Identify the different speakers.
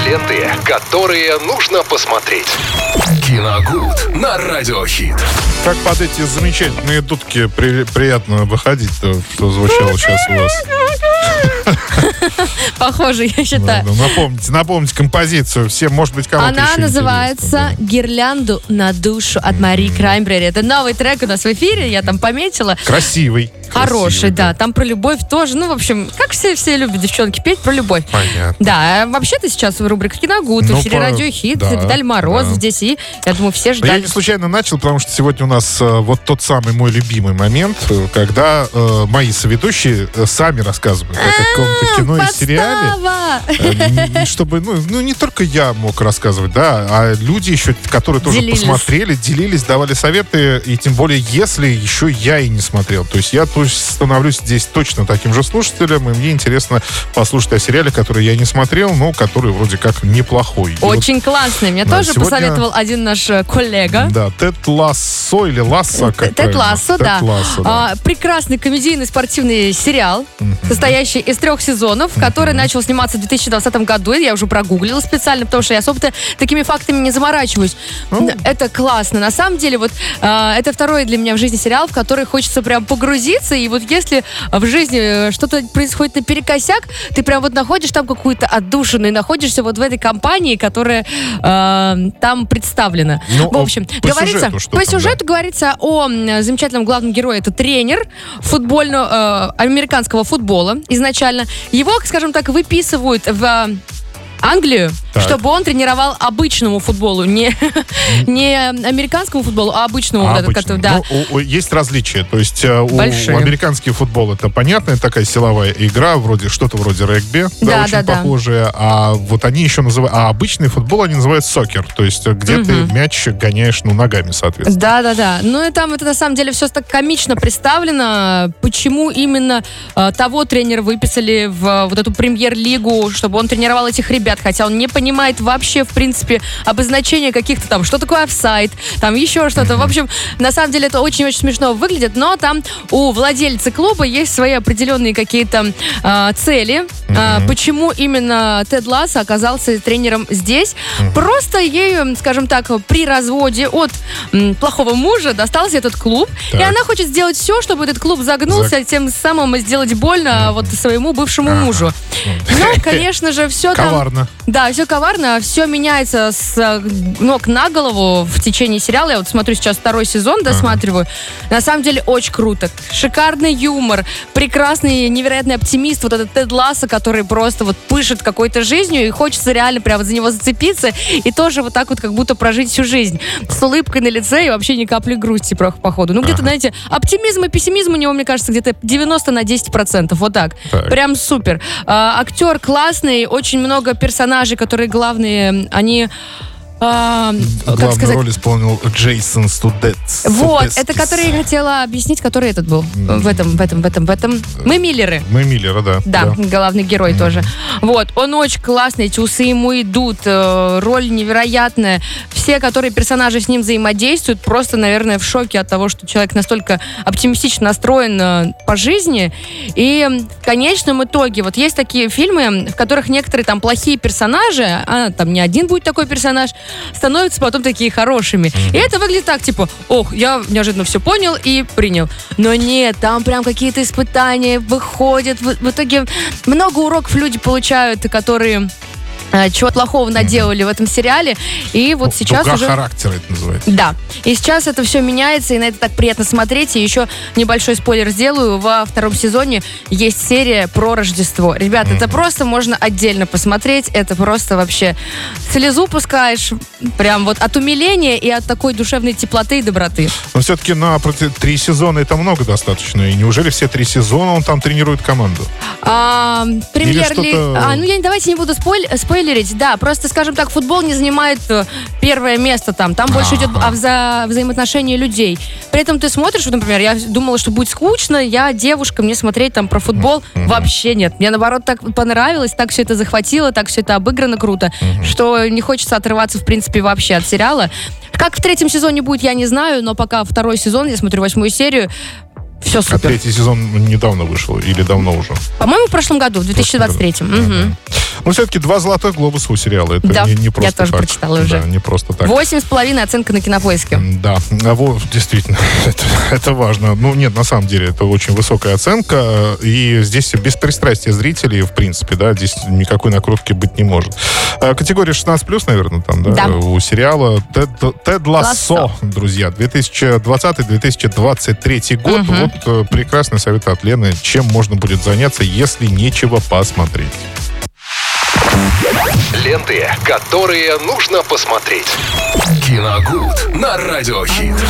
Speaker 1: ленты, которые нужно посмотреть. Киногуд на Радиохит.
Speaker 2: Как под эти замечательные дудки приятно выходить, что звучало сейчас у вас.
Speaker 3: Похоже, я считаю.
Speaker 2: Напомните композицию. Всем, может быть, кому-то
Speaker 3: Она
Speaker 2: еще
Speaker 3: называется «Гирлянду на душу» от Мари Краймбрери. Это новый трек у нас в эфире, я там пометила.
Speaker 2: Красивый.
Speaker 3: Хороший, да. Там про любовь тоже. Ну, в общем, как все любят, девчонки, петь про любовь.
Speaker 2: Понятно.
Speaker 3: Да, вообще-то сейчас рубрика «Киногуд», в эфире «Радиохит», да, Виталий Морозов здесь, и я думаю, все ждали.
Speaker 2: Я не случайно начал, потому что сегодня у нас вот тот самый мой любимый момент, когда мои соведущие сами рассказывают о каком-то кино и сериале. Чтобы, не только я мог рассказывать, да, а люди еще, которые тоже посмотрели, делились, давали советы, и тем более, если еще я и не смотрел. То есть я становлюсь здесь точно таким же слушателем, и мне интересно послушать о сериале, который я не смотрел, но который вроде как неплохой.
Speaker 3: Очень классный. Мне тоже посоветовал один наш коллега.
Speaker 2: Да, Тед Лассо или Лассо, как
Speaker 3: Тед Лассо, да.
Speaker 2: Да.
Speaker 3: Прекрасный комедийный спортивный сериал, состоящий из 3 сезонов, который начал сниматься в 2020 году. Я уже прогуглила специально, потому что я особо такими фактами не заморачиваюсь. Это классно. На самом деле, вот это второй для меня в жизни сериал, в который хочется прям погрузиться. И вот если в жизни что-то происходит наперекосяк, ты прям вот находишь там какую-то отдушину и находишься вот в этой компании, которая там представлена. В общем, по сюжету говорится о замечательном главном герое. Это тренер американского футбола изначально. Его, скажем так, выписывают в Англию, чтобы он тренировал обычному футболу, не американскому футболу, а обычному.
Speaker 2: Да. Есть различия. То есть у американский футбол это понятная такая силовая игра, что-то вроде регби, очень похожее. А вот они еще называют, а обычный футбол они называют сокер, то есть где ты мяч гоняешь ногами, соответственно.
Speaker 3: Да. Ну и там это на самом деле все так комично представлено. Почему именно того тренера выписали в вот эту премьер-лигу, чтобы он тренировал этих ребят, хотя он не понимает вообще, в принципе, обозначения каких-то там, что такое офсайд, там еще что-то. В общем, на самом деле это очень-очень смешно выглядит, но там у владельца клуба есть свои определенные какие-то цели. Почему именно Тед Лассо оказался тренером здесь? Просто ей, скажем так, при разводе от плохого мужа достался этот клуб, и она хочет сделать все, чтобы этот клуб загнулся, тем самым сделать больно вот своему бывшему мужу. Ну, конечно же, все там...
Speaker 2: Коварно.
Speaker 3: Да, все коварно, все меняется с ног на голову в течение сериала. Я вот смотрю сейчас 2 сезон, досматриваю. На самом деле очень круто. Шикарный юмор, прекрасный, невероятный оптимист. Вот этот Тед Лассо, который просто вот пышет какой-то жизнью, и хочется реально прямо за него зацепиться и тоже вот так вот как будто прожить всю жизнь. С улыбкой на лице и вообще ни капли грусти походу. Ну, где-то, знаете, оптимизм и пессимизм у него, мне кажется, где-то 90/10%. Вот так. Прям супер. Актер классный, очень много персонажей, которые главные, они...
Speaker 2: Главную роль исполнил Джейсон Студетс.
Speaker 3: Вот, это который я хотела объяснить, который этот был. В этом. Мы Миллеры.
Speaker 2: Мы Миллеры, да.
Speaker 3: Да, главный герой тоже. Вот, он очень классный, эти усы ему идут, роль невероятная. Все, которые персонажи с ним взаимодействуют, просто, наверное, в шоке от того, что человек настолько оптимистично настроен по жизни. И в конечном итоге, вот есть такие фильмы, в которых некоторые там плохие персонажи, а там не один будет такой персонаж, становятся потом такие хорошими. И это выглядит так, типа, я неожиданно все понял и принял. Но нет, там прям какие-то испытания выходят. В итоге много уроков люди получают, которые... чего плохого наделали в этом сериале. И вот сейчас
Speaker 2: дуга
Speaker 3: уже...
Speaker 2: характера это называется.
Speaker 3: Да. И сейчас это все меняется, и на это так приятно смотреть. И еще небольшой спойлер сделаю. Во 2 сезоне есть серия про Рождество. Ребята, это просто можно отдельно посмотреть. Это просто вообще слезу пускаешь прям вот от умиления и от такой душевной теплоты и доброты.
Speaker 2: Но все-таки на 3 сезона это много достаточно. И неужели все 3 сезона он там тренирует команду?
Speaker 3: Премьер-лига... давайте не буду спойлерить. Да, просто, скажем так, футбол не занимает первое место там. Там больше идет о взаимоотношении людей. При этом ты смотришь, например, я думала, что будет скучно, я девушка, мне смотреть там про футбол. Вообще нет. Мне, наоборот, так понравилось, так все это захватило, так все это обыграно круто, что не хочется отрываться, в принципе, вообще от сериала. Как в 3 сезоне будет, я не знаю, но пока 2 сезон, я смотрю 8 серию, Все супер.
Speaker 2: А третий сезон недавно вышел или давно уже?
Speaker 3: По-моему, в прошлом году, в 2023. Угу.
Speaker 2: Но все-таки 2 золотых глобуса у сериала. Это
Speaker 3: да,
Speaker 2: не просто
Speaker 3: я тоже
Speaker 2: так.
Speaker 3: прочитала уже.
Speaker 2: Да, не просто так.
Speaker 3: 8,5 оценка на Кинопоиске.
Speaker 2: Да, вот действительно, это важно. Ну, нет, на самом деле, это очень высокая оценка, и здесь без пристрастия зрителей, в принципе, да, здесь никакой накрутки быть не может. Категория 16+, наверное, там, да, у сериала «Тед Лассо», друзья, 2020-2023 год. Вот прекрасный совет от Лены, чем можно будет заняться, если нечего посмотреть.
Speaker 1: Ленты, которые нужно посмотреть. Киногуд на Радиохит.